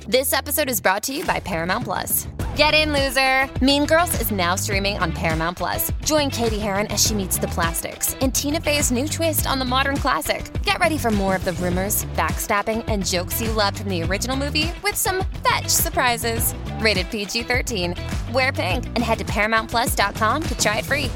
This episode is brought to you by Paramount Plus. Get in, loser! Mean Girls is now streaming on Paramount Plus. Join Katie Heron as she meets the plastics in Tina Fey's new twist on the modern classic. Get ready for more of the rumors, backstabbing, and jokes you loved from the original movie with some fetch surprises. Rated PG-13. Wear pink and head to ParamountPlus.com to try it free.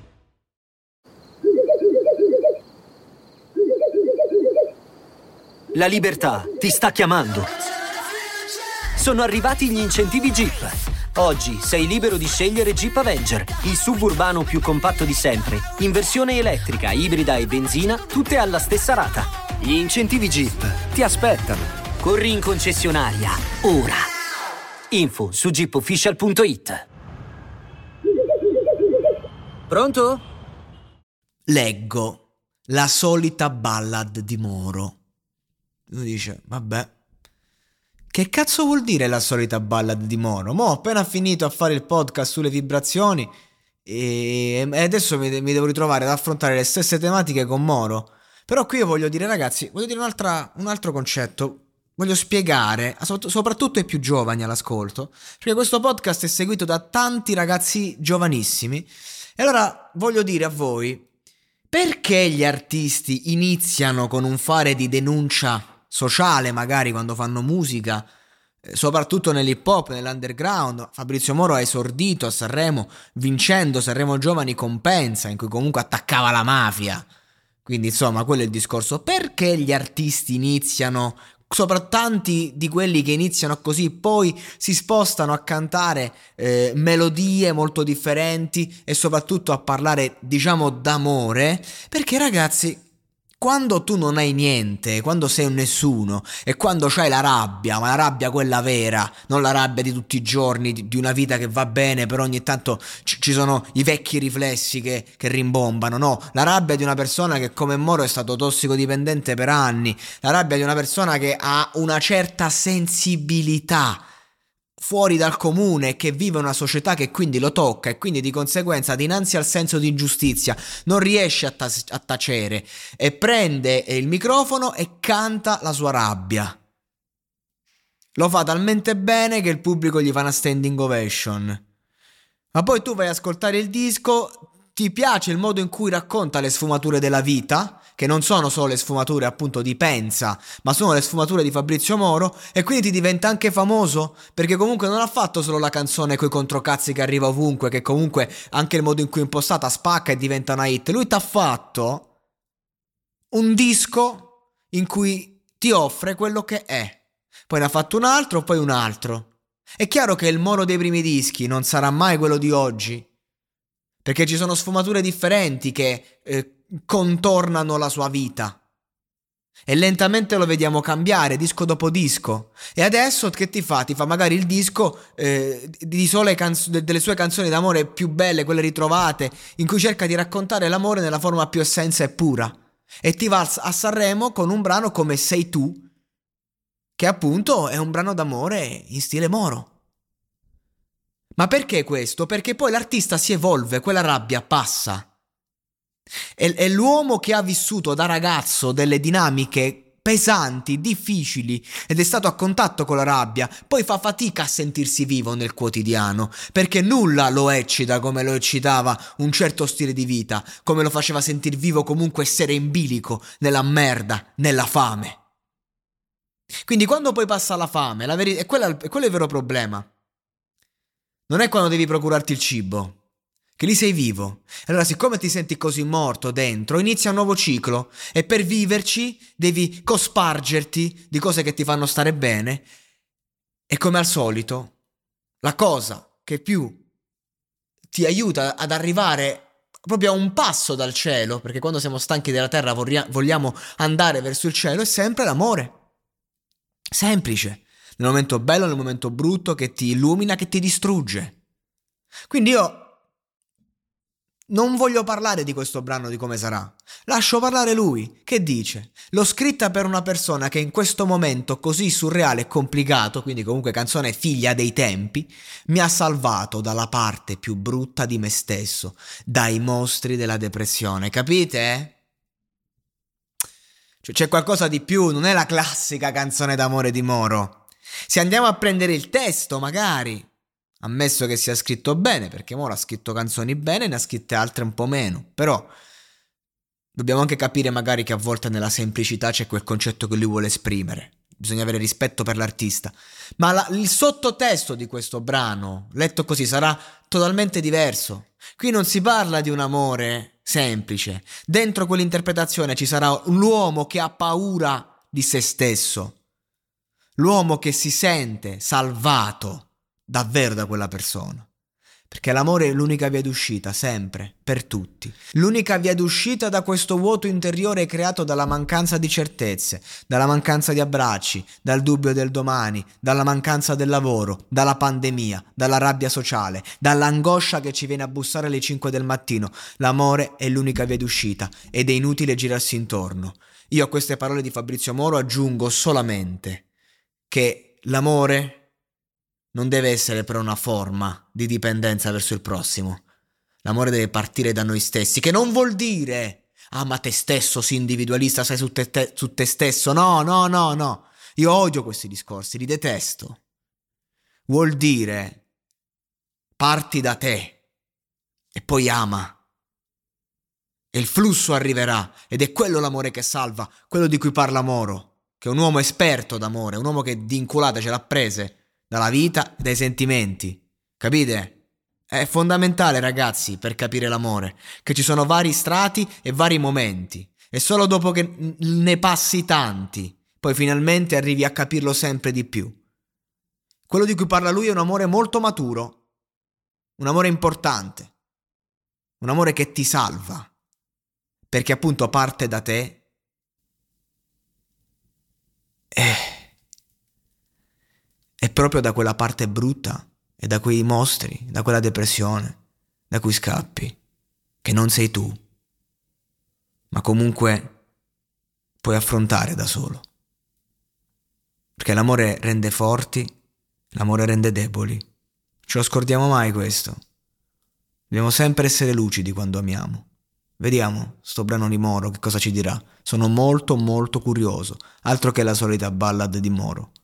La libertà ti sta chiamando. Sono arrivati gli incentivi Jeep. Oggi sei libero di scegliere Jeep Avenger, il suburbano più compatto di sempre, in versione elettrica, ibrida e benzina, tutte alla stessa rata. Gli incentivi Jeep ti aspettano. Corri in concessionaria, ora. Info su jeepofficial.it. Pronto? Leggo la solita ballad di Moro. Uno dice, vabbè, che cazzo vuol dire la solita ballad di Moro? Mo' ho appena finito a fare il podcast sulle vibrazioni e adesso mi devo ritrovare ad affrontare le stesse tematiche con Moro. Però qui io voglio dire, ragazzi, voglio dire un altro concetto. Voglio spiegare, soprattutto ai più giovani all'ascolto, perché questo podcast è seguito da tanti ragazzi giovanissimi. E allora voglio dire a voi, perché gli artisti iniziano con un fare di denuncia sociale, magari quando fanno musica, soprattutto nell'hip hop, nell'underground? Fabrizio Moro ha esordito a Sanremo vincendo Sanremo Giovani Compensa, in cui comunque attaccava la mafia. Quindi insomma quello è il discorso. Perché gli artisti iniziano, tanti di quelli che iniziano così poi si spostano a cantare melodie molto differenti e soprattutto a parlare, diciamo, d'amore? Perché, ragazzi, quando tu non hai niente, quando sei un nessuno e quando c'hai la rabbia, ma la rabbia quella vera, non la rabbia di tutti i giorni, di una vita che va bene, però ogni tanto ci sono i vecchi riflessi che rimbombano, no, la rabbia di una persona che come Moro è stato tossicodipendente per anni, la rabbia di una persona che ha una certa sensibilità fuori dal comune, che vive una società che quindi lo tocca e quindi di conseguenza dinanzi al senso di ingiustizia non riesce a tacere e prende il microfono e canta la sua rabbia. Lo fa talmente bene che il pubblico gli fa una standing ovation. Ma poi tu vai ad ascoltare il disco, ti piace il modo in cui racconta le sfumature della vita, che non sono solo le sfumature appunto di Pensa, ma sono le sfumature di Fabrizio Moro, e quindi ti diventa anche famoso, perché comunque non ha fatto solo la canzone coi controcazzi che arriva ovunque, che comunque anche il modo in cui è impostata spacca e diventa una hit. Lui t'ha fatto un disco in cui ti offre quello che è, poi ne ha fatto un altro, poi un altro. È chiaro che il Moro dei primi dischi non sarà mai quello di oggi, perché ci sono sfumature differenti che contornano la sua vita e lentamente lo vediamo cambiare disco dopo disco. E adesso che ti fa? Ti fa magari il disco di sole delle sue canzoni d'amore più belle, quelle ritrovate, in cui cerca di raccontare l'amore nella forma più essenza e pura, e ti va a Sanremo con un brano come Sei tu, che appunto è un brano d'amore in stile Moro. Ma perché questo? Perché poi l'artista si evolve, quella rabbia passa. E l'uomo che ha vissuto da ragazzo delle dinamiche pesanti, difficili, ed è stato a contatto con la rabbia, poi fa fatica a sentirsi vivo nel quotidiano, perché nulla lo eccita come lo eccitava un certo stile di vita, come lo faceva sentir vivo comunque essere in bilico nella merda, nella fame. Quindi quando poi passa la fame, e quello è il vero problema. Non è quando devi procurarti il cibo, che lì sei vivo. Allora, siccome ti senti così morto dentro, inizia un nuovo ciclo e per viverci devi cospargerti di cose che ti fanno stare bene. E come al solito, la cosa che più ti aiuta ad arrivare proprio a un passo dal cielo, perché quando siamo stanchi della terra vogliamo andare verso il cielo, è sempre l'amore. Semplice. Nel momento bello, nel momento brutto, che ti illumina, che ti distrugge. Quindi io non voglio parlare di questo brano, di come sarà. Lascio parlare lui, che dice: l'ho scritta per una persona che in questo momento così surreale e complicato, quindi comunque canzone figlia dei tempi, mi ha salvato dalla parte più brutta di me stesso, dai mostri della depressione. Capite? Cioè, c'è qualcosa di più, non è la classica canzone d'amore di Moro. Se andiamo a prendere il testo, magari, ammesso che sia scritto bene, perché Moro ha scritto canzoni bene, ne ha scritte altre un po' meno, però dobbiamo anche capire magari che a volte nella semplicità c'è quel concetto che lui vuole esprimere. Bisogna avere rispetto per l'artista. Ma il sottotesto di questo brano, letto così, sarà totalmente diverso. Qui non si parla di un amore semplice. Dentro quell'interpretazione ci sarà l'uomo che ha paura di se stesso. L'uomo che si sente salvato davvero da quella persona. Perché l'amore è l'unica via d'uscita, sempre, per tutti. L'unica via d'uscita da questo vuoto interiore creato dalla mancanza di certezze, dalla mancanza di abbracci, dal dubbio del domani, dalla mancanza del lavoro, dalla pandemia, dalla rabbia sociale, dall'angoscia che ci viene a bussare alle 5 del mattino. L'amore è l'unica via d'uscita ed è inutile girarsi intorno. Io a queste parole di Fabrizio Moro aggiungo solamente che l'amore non deve essere però una forma di dipendenza verso il prossimo. L'amore deve partire da noi stessi, che non vuol dire ama te stesso, sii individualista, sei su te stesso. No. Io odio questi discorsi, li detesto. Vuol dire parti da te e poi ama. E il flusso arriverà ed è quello l'amore che salva, quello di cui parla Moro, che è un uomo esperto d'amore, un uomo che di inculate ce l'ha prese dalla vita e dai sentimenti, capite? È fondamentale, ragazzi, per capire l'amore, che ci sono vari strati e vari momenti, e solo dopo che ne passi tanti, poi finalmente arrivi a capirlo sempre di più. Quello di cui parla lui è un amore molto maturo, un amore importante, un amore che ti salva, perché appunto parte da te e proprio da quella parte brutta e da quei mostri, da quella depressione, da cui scappi, che non sei tu, ma comunque puoi affrontare da solo. Perché l'amore rende forti, l'amore rende deboli. Ce lo scordiamo mai questo. Dobbiamo sempre essere lucidi quando amiamo. Vediamo sto brano di Moro che cosa ci dirà. Sono molto curioso, altro che la solita ballad di Moro.